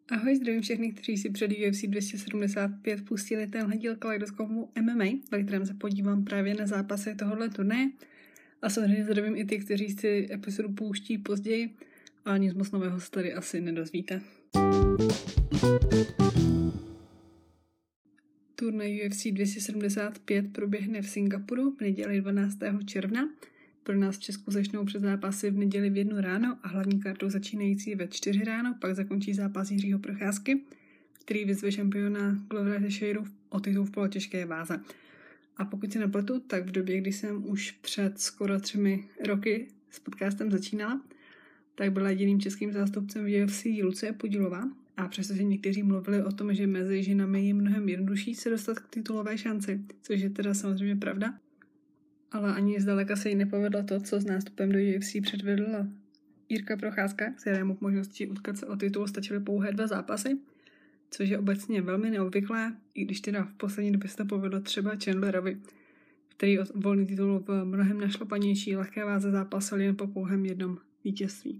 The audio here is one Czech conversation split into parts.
Ahoj, zdravím všechny, kteří si před UFC 275 pustili tenhle díl Kaleidoskopu MMA, ve kterém se podívám právě na zápasy tohohle turnaje. A samozřejmě zdravím i ty, kteří si epizodu pouští později, ale nic moc nového se tady asi nedozvíte. Turnaj UFC 275 proběhne v Singapuru v neděli 12. června. Pro nás v Česku začnou před zápasy v neděli v 1 ráno a hlavní kartou začínající ve 4 ráno, pak zakončí zápas Jiřího Procházky, který vyzve šampiona Glovera Teixeiru o titul v polotěžké váze. A pokud si nepletu, tak v době, kdy jsem už před skoro 3 roky s podcastem začínala, tak byla jediným českým zástupcem v UFC Lucie Podilová. A přestože někteří mluvili o tom, že mezi ženami je mnohem jednodušší se dostat k titulové šanci, což je teda samozřejmě pravda, ale ani zdaleka se jí nepovedlo to, co s nástupem do UFC předvedla Jirka Procházka, kterému k možnosti utkat se o titul stačily pouhé 2 zápasy, což je obecně velmi neobvyklé, i když teda v poslední době se to povedlo třeba Chandlerovi, který od volný titul v mnohem našlapanější lehké váze zápasil jen po pouhém 1 vítězství.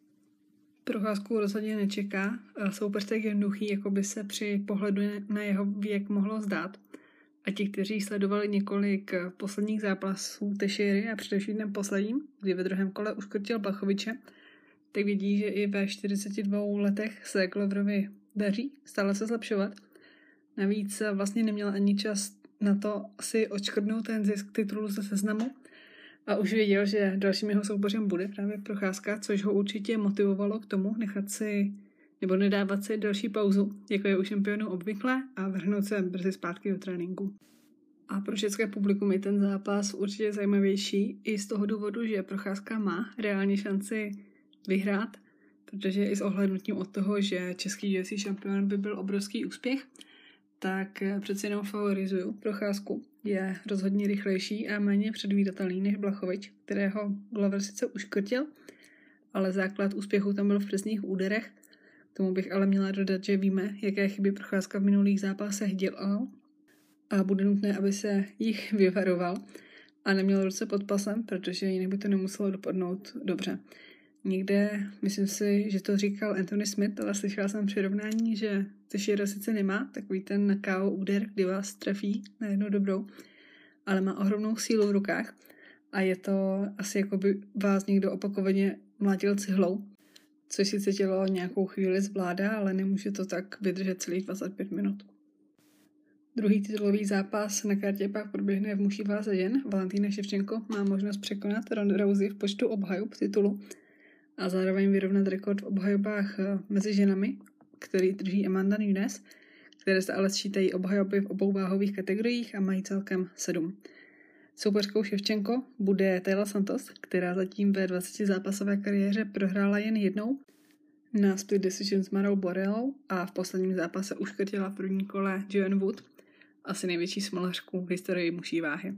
Procházku rozhodně nečeká soupeř tak jednoduchý, jako by se při pohledu na jeho věk mohlo zdát. A ti, kteří sledovali několik posledních zápasů Teixeiry a především ten posledním, kdy ve druhém kole uškrtil Blachowicze, tak vidí, že i ve 42 letech se Gloverovi daří stále se zlepšovat. Navíc vlastně neměl ani čas na to si odškrtnout ten zisk titulu ze seznamu a už věděl, že dalším jeho soupeřem bude právě Procházka, což ho určitě motivovalo k tomu nechat si nebo nedávat si další pauzu, jako je u šampionů obvykle, a vrhnout se brzy zpátky do tréninku. A pro české publikum je ten zápas určitě zajímavější i z toho důvodu, že Procházka má reálně šanci vyhrát, protože i s ohlédnutím od toho, že český UFC šampion by byl obrovský úspěch, tak přeci jenom favorizuju Procházku. Je rozhodně rychlejší a méně předvídatelný než Blachowicz, kterého Glover sice uškrtil, ale základ úspěchu tam byl v přesných úderech. Tomu bych ale měla dodat, že víme, jaké chyby Procházka v minulých zápasech dělal a bude nutné, aby se jich vyvaroval a neměl ruce pod pasem, protože jinak by to nemuselo dopadnout dobře. Někde, myslím si, že to říkal Anthony Smith, ale slyšela jsem přirovnání, že Teixeira sice nemá takový ten KO úder, kdy vás trefí na jednu dobrou, ale má ohromnou sílu v rukách a je to asi jako by vás někdo opakovaně mlátil cihlou, což sice tělo nějakou chvíli zvládá, ale nemůže to tak vydržet celých 25 minut. Druhý titulový zápas na kartě pak proběhne v mužší váze žen. Valentína Ševčenko má možnost překonat Rondu Rousey v počtu obhajob titulu a zároveň vyrovnat rekord v obhajobách mezi ženami, který drží Amanda Nunes, které se ale sčítají obhajoby v obou váhových kategoriích a mají celkem 7. Soupeřkou Ševčenko bude Taylor Santos, která zatím ve 20 zápasové kariéře prohrála jen jednou na split decision s Marou Borelou a v posledním zápase uškrtila v prvním kole Joanne Wood, asi největší smolařku v historii mužší váhy.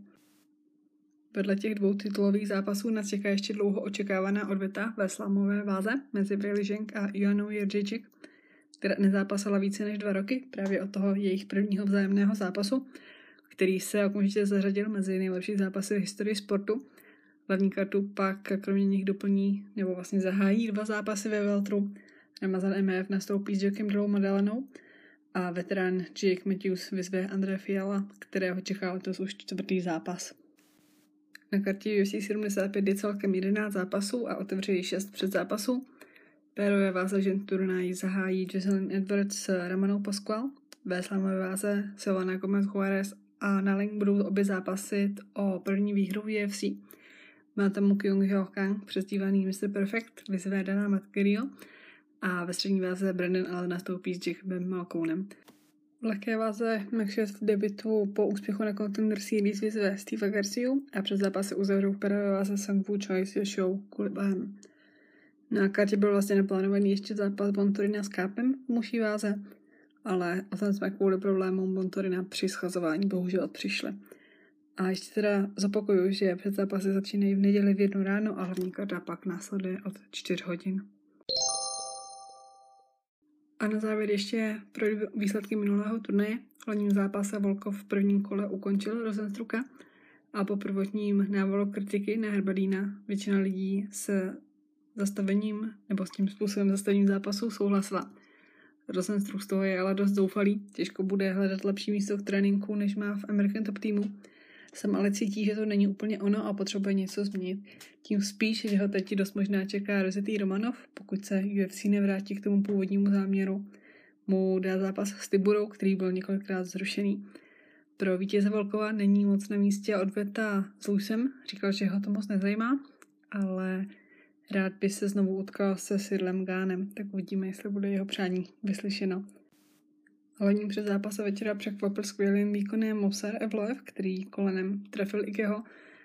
Vedle těch 2 titulových zápasů nás čeká ještě dlouho očekávaná odveta ve slamové váze mezi Weili Zhang a Joannou Jędrzejczyk, která nezápasila více než 2 roky, právě od toho jejich prvního vzájemného zápasu, který se okamžitě zařadil mezi nejlepší zápasy v historii sportu. Hlavní kartu pak kromě nich doplní nebo vlastně zahájí 2 zápasy ve welteru. Ramazan MF nastoupí s Jackem Drolou Madalenou a veterán Jake Matthews vyzve Andrea Fiala, kterého čeká letos už 4. zápas. Na kartě UFC 75 je celkem 11 zápasů a otevře ji 6 předzápasů. Pérové váze žen turnaj zahájí Jocelyn Edwards s Ramanou Pascual. Ve slamové váze Silvana Gomez Juarez a Naling budou obě zápasit o první výhru v UFC. Má tam Kyung Hyo Kang, přezdívaný Mr. Perfect, vyzve Dana Matkerio a ve střední váze Brandon Allen nastoupí s Jacobem Malkounem. V lehké váze McShedd v debutu po úspěchu na Contender Series vyzve Steva Garciu a před zápasy uzavřou v perové váze Sang Woo Choi s Joshou Kulibanem. Na kartě byl vlastně naplánovaný ještě zápas Bontorina s Kápem v mužší váze, ale o ten jsme kvůli problémům Bontorina při schazování bohužel přišli. A ještě teda zopakuju, že předzápasy začínají v neděli v 1 ráno a hlavní karta pak následuje od 4 hodin. A na závěr ještě pro výsledky minulého turnaje. V hlavním zápase Volkov v prvním kole ukončil Rozenstruka a po prvotním návalu kritiky na Herbadína většina lidí s zastavením nebo s tím způsobem zastavení zápasu souhlasila. Rosenstruck z toho je ale dost zoufalý. Těžko bude hledat lepší místo k tréninku, než má v American Top týmu. Sam ale cítí, že to není úplně ono a potřebuje něco změnit. Tím spíš, že ho teď dost možná čeká Rozetý Romanov, pokud se UFC nevrátí k tomu původnímu záměru. Mu dá zápas s Tiburou, který byl několikrát zrušený. Pro vítěze Volkova není moc na místě odveta s Lewisem. Říkal, že ho to moc nezajímá, ale rád by se znovu utkal se Cyrillem Ganem, tak uvidíme, jestli bude jeho přání vyslyšeno. Hlavním před zápasem večera překvapil skvělým výkonem Movsar Evloev, který kolenem trefil Ikeho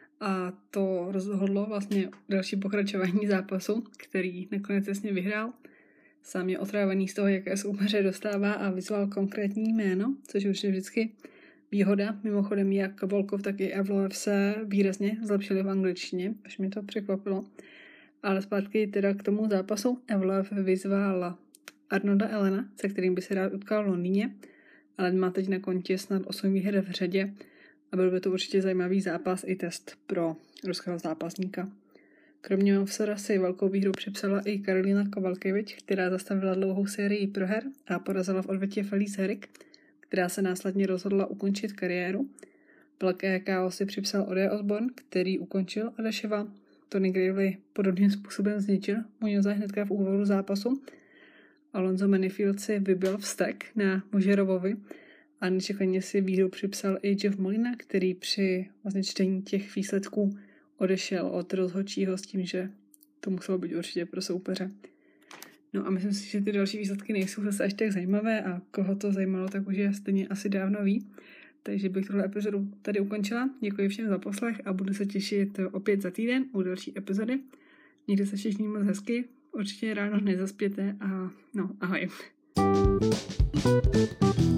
a to rozhodlo vlastně další pokračování zápasu, který nakonec jasně vyhrál. Sám je otrávený z toho, jaké soupeře dostává a vyzval konkrétní jméno, což už je vždycky výhoda. Mimochodem jak Volkov, tak i Evloev se výrazně zlepšili v angličtině, až mě to překvapilo. Ale zpátky teda k tomu zápasu. Evloev vyzval Arnolda Elena, se kterým by se rád utkal v Londýně, ale má teď na kontě snad 8 výher v řadě a byl by to určitě zajímavý zápas i test pro ruského zápasníka. Kromě Movsara si velkou výhru připsala i Karolina Kowalkiewicz, která zastavila dlouhou sérii proher a porazila v odvetě Felice Herrig, která se následně rozhodla ukončit kariéru. Velké KO si připsal Ode Osborne, který ukončil Adasheva. Tony Gravely podobným způsobem zničil Muñoza hnedka v úvodu zápasu. Alonso Menifield si vybil vztek na Mužerovovi a nečekaně si výhru připsal i Jeff Molina, který při vlastně čtení těch výsledků odešel od rozhodčího s tím, že to muselo být určitě pro soupeře. No a myslím si, že ty další výsledky nejsou zase až tak zajímavé a koho to zajímalo, tak už je stejně asi dávno ví. Takže bych tuhle epizodu tady ukončila. Děkuji všem za poslech a budu se těšit opět za týden u další epizody. Mějte se všichni moc hezky, určitě ráno nezaspěte a no, ahoj.